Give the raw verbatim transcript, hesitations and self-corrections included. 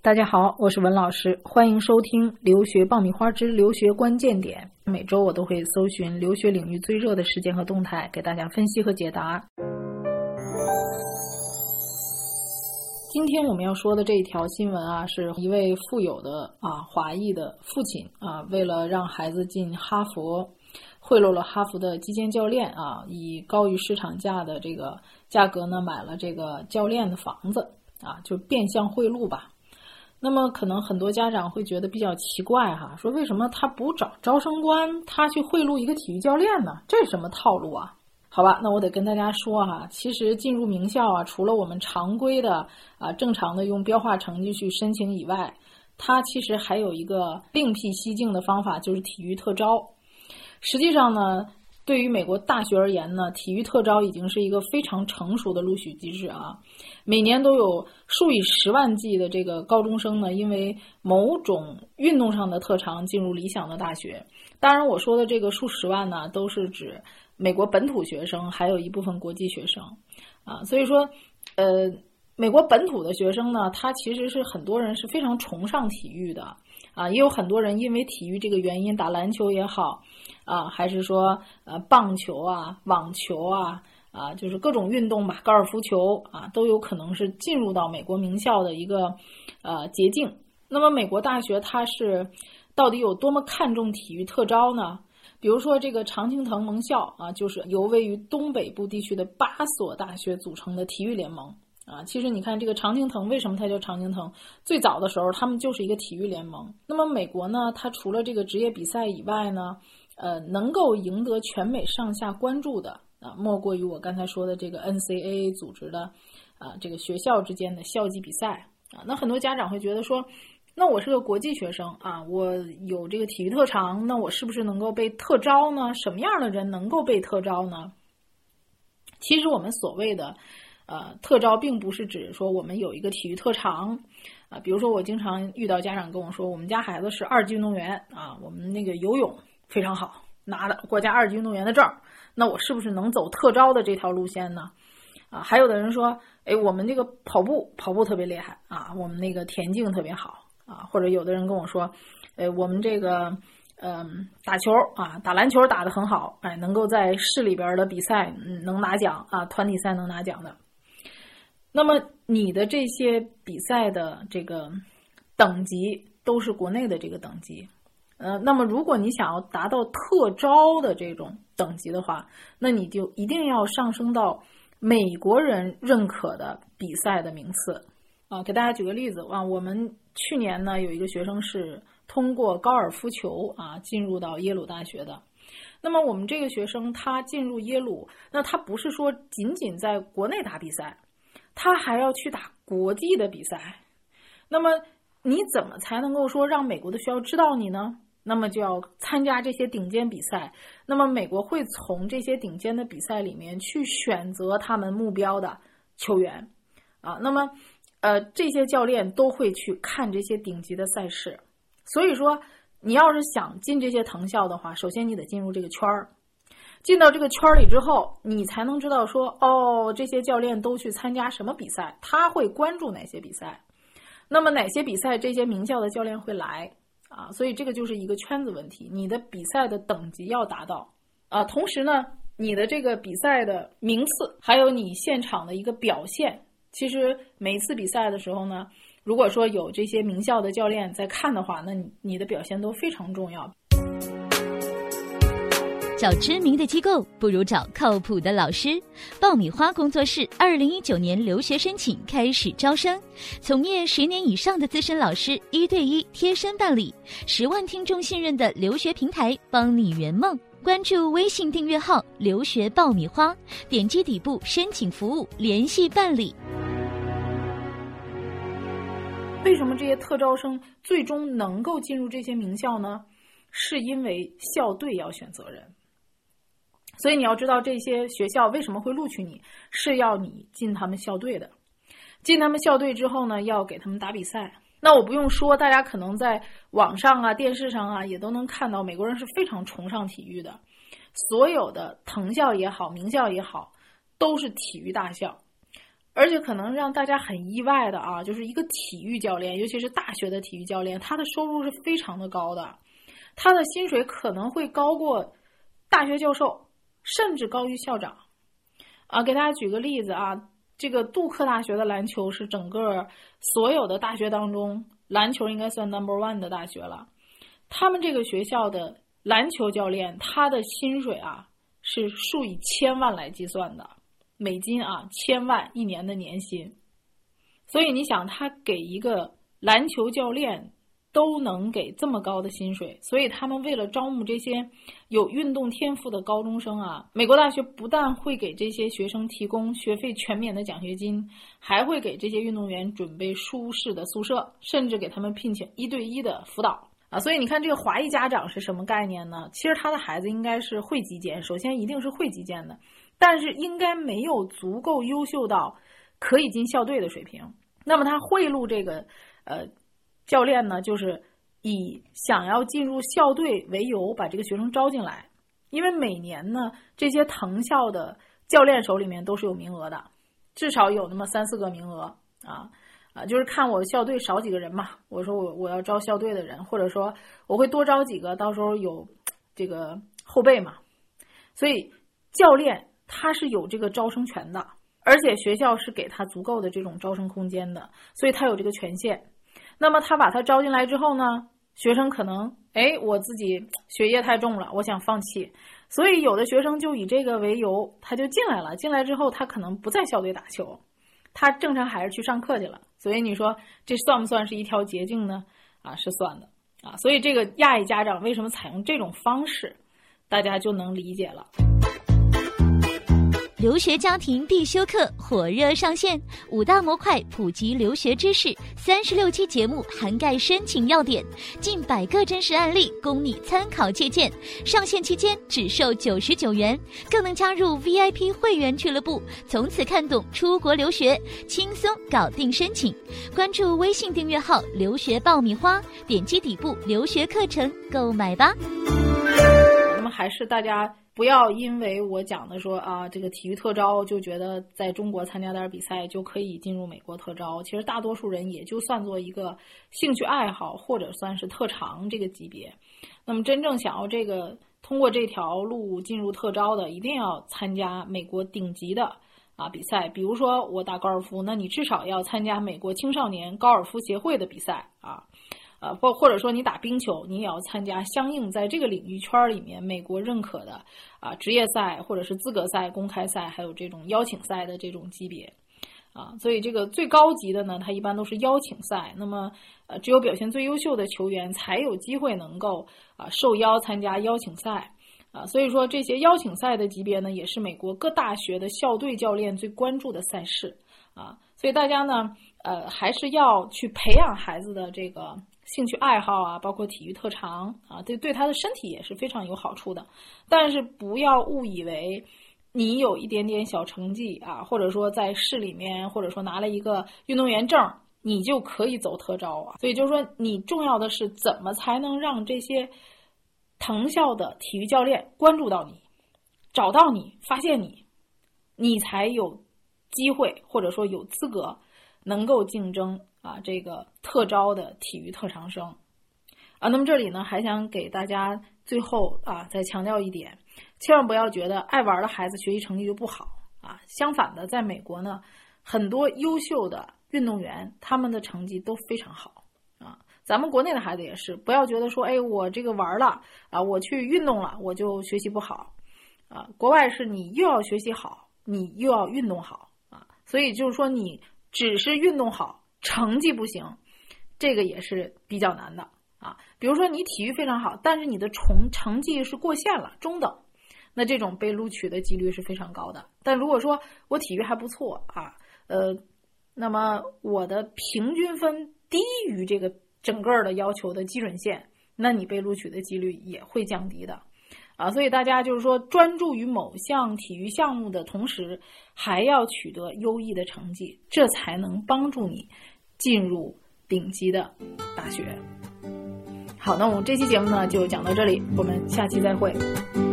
大家好，我是文老师，欢迎收听留学爆米花之留学关键点。每周我都会搜寻留学领域最热的事件和动态，给大家分析和解答。今天我们要说的这一条新闻啊，是一位富有的啊华裔的父亲啊，为了让孩子进哈佛，贿赂了哈佛的击剑教练啊，以高于市场价的这个价格呢，买了这个教练的房子啊，就变相贿赂吧。那么可能很多家长会觉得比较奇怪哈，说为什么他不找招生官，他去贿赂一个体育教练呢？这是什么套路啊？好吧，那我得跟大家说哈，其实进入名校啊，除了我们常规的啊正常的用标化成绩去申请以外，它其实还有一个另辟蹊径的方法，就是体育特招。实际上呢，对于美国大学而言呢，体育特招已经是一个非常成熟的录取机制啊。每年都有数以十万计的这个高中生呢，因为某种运动上的特长进入理想的大学。当然我说的这个数十万呢，都是指美国本土学生，还有一部分国际学生啊。所以说呃，美国本土的学生呢，他其实是很多人是非常崇尚体育的啊，也有很多人因为体育这个原因，打篮球也好啊，还是说呃棒球啊、网球啊啊，就是各种运动吧，高尔夫球啊，都有可能是进入到美国名校的一个呃捷径。那么美国大学它是到底有多么看重体育特招呢？比如说这个常青藤盟校啊，就是由位于东北部地区的八所大学组成的体育联盟啊。其实你看这个常青藤，为什么它叫常青藤？最早的时候他们就是一个体育联盟。那么美国呢，它除了这个职业比赛以外呢，呃，能够赢得全美上下关注的啊，莫过于我刚才说的这个 N C A A 组织的啊，这个学校之间的校际比赛啊。那很多家长会觉得说，那我是个国际学生啊，我有这个体育特长，那我是不是能够被特招呢？什么样的人能够被特招呢？其实我们所谓的呃特招，并不是指说我们有一个体育特长啊，比如说我经常遇到家长跟我说，我们家孩子是二级运动员啊，我们那个游泳非常好，拿了国家二级运动员的证，那我是不是能走特招的这条路线呢？啊，还有的人说，哎，我们这个跑步跑步特别厉害啊，我们那个田径特别好啊，或者有的人跟我说，哎，我们这个嗯、呃、打球啊，打篮球打得很好，哎，能够在市里边的比赛嗯能拿奖啊，团体赛能拿奖的。那么你的这些比赛的这个等级都是国内的这个等级。呃，那么如果你想要达到特招的这种等级的话，那你就一定要上升到美国人认可的比赛的名次啊。给大家举个例子啊，我们去年呢有一个学生是通过高尔夫球啊进入到耶鲁大学的。那么我们这个学生他进入耶鲁，那他不是说仅仅在国内打比赛，他还要去打国际的比赛。那么你怎么才能够说让美国的学校知道你呢？那么就要参加这些顶尖比赛，那么美国会从这些顶尖的比赛里面去选择他们目标的球员啊。那么呃，这些教练都会去看这些顶级的赛事。所以说你要是想进这些藤校的话，首先你得进入这个圈儿，进到这个圈里之后，你才能知道说，哦，这些教练都去参加什么比赛，他会关注哪些比赛，那么哪些比赛这些名校的教练会来啊，所以这个就是一个圈子问题，你的比赛的等级要达到啊，同时呢，你的这个比赛的名次，还有你现场的一个表现，其实每一次比赛的时候呢，如果说有这些名校的教练在看的话，那你你的表现都非常重要。 找知名的机构不如找靠谱的老师。爆米花工作室二零一九年留学申请开始招生，从业十年以上的资深老师一对一贴身办理，十万听众信任的留学平台，帮你圆梦。关注微信订阅号留学爆米花，点击底部申请服务联系办理。 为什么这些特招生最终能够进入这些名校呢？是因为校队要选择人。所以你要知道这些学校为什么会录取你，是要你进他们校队的。进他们校队之后呢，要给他们打比赛。那我不用说，大家可能在网上啊、电视上啊也都能看到，美国人是非常崇尚体育的。所有的藤校也好，名校也好，都是体育大校。 而且可能让大家很意外的啊，就是一个体育教练，尤其是大学的体育教练，他的收入是非常的高的，他的薪水可能会高过大学教授，甚至高于校长。啊，给大家举个例子啊，这个杜克大学的篮球是整个所有的大学当中，篮球应该算 number one 的大学了。他们这个学校的篮球教练，他的薪水啊是数以千万来计算的，美金啊，千万一年的年薪。所以你想，他给一个篮球教练都能给这么高的薪水，所以他们为了招募这些有运动天赋的高中生啊，美国大学不但会给这些学生提供学费全免的奖学金，还会给这些运动员准备舒适的宿舍，甚至给他们聘请一对一的辅导啊。所以你看这个华裔家长是什么概念呢？其实他的孩子应该是会击剑，首先一定是会击剑的，但是应该没有足够优秀到可以进校队的水平。那么他贿赂这个呃教练呢，就是以想要进入校队为由把这个学生招进来，因为每年呢这些藤校的教练手里面都是有名额的，至少有那么三四个名额啊啊，就是看我校队少几个人嘛，我说我我要招校队的人，或者说我会多招几个，到时候有这个后备嘛，所以教练他是有这个招生权的，而且学校是给他足够的这种招生空间的，所以他有这个权限。那么他把他招进来之后呢，学生可能哎，我自己学业太重了，我想放弃，所以有的学生就以这个为由他就进来了，进来之后他可能不在校队打球，他正常还是去上课去了，所以你说这算不算是一条捷径呢？啊，是算的啊，所以这个亚裔家长为什么采用这种方式，大家就能理解了。 留学家庭必修课火热上线，五大模块普及留学知识，三十六期节目涵盖申请要点，近百个真实案例供你参考借鉴。上线期间只售九十九元，更能加入 V I P 会员俱乐部，从此看懂出国留学，轻松搞定申请。关注微信订阅号留学爆米花，点击底部留学课程购买吧。 那么还是大家不要因为我讲的说啊，这个体育特招就觉得在中国参加点比赛就可以进入美国特招，其实大多数人也就算做一个兴趣爱好或者算是特长这个级别。那么真正想要这个通过这条路进入特招的，一定要参加美国顶级的啊比赛，比如说我打高尔夫，那你至少要参加美国青少年高尔夫协会的比赛啊。呃，或或者说你打冰球，你也要参加相应在这个领域圈里面美国认可的啊职业赛或者是资格赛、公开赛，还有这种邀请赛的这种级别啊。所以这个最高级的呢，它一般都是邀请赛。那么呃，只有表现最优秀的球员才有机会能够啊受邀参加邀请赛啊。所以说这些邀请赛的级别呢，也是美国各大学的校队教练最关注的赛事啊。所以大家呢，呃，还是要去培养孩子的这个兴趣爱好啊，包括体育特长啊，对对他的身体也是非常有好处的。但是不要误以为你有一点点小成绩啊，或者说在市里面，或者说拿了一个运动员证，你就可以走特招啊。所以就是说，你重要的是怎么才能让这些藤校的体育教练关注到你，找到你，发现你，你才有机会或者说有资格能够竞争啊，这个特招的体育特长生啊。那么这里呢，还想给大家最后啊再强调一点，千万不要觉得爱玩的孩子学习成绩就不好啊。相反的，在美国呢，很多优秀的运动员他们的成绩都非常好啊。咱们国内的孩子也是，不要觉得说，哎，我这个玩了啊，我去运动了，我就学习不好啊。国外是你又要学习好，你又要运动好啊，所以就是说你只是运动好，成绩不行，这个也是比较难的啊。比如说你体育非常好，但是你的成成绩是过线了，中等，那这种被录取的几率是非常高的。但如果说我体育还不错啊，呃，那么我的平均分低于这个整个的要求的基准线，那你被录取的几率也会降低的啊。所以大家就是说，专注于某项体育项目的同时，还要取得优异的成绩，这才能帮助你进入顶级的大学。好，那我们这期节目呢就讲到这里，我们下期再会。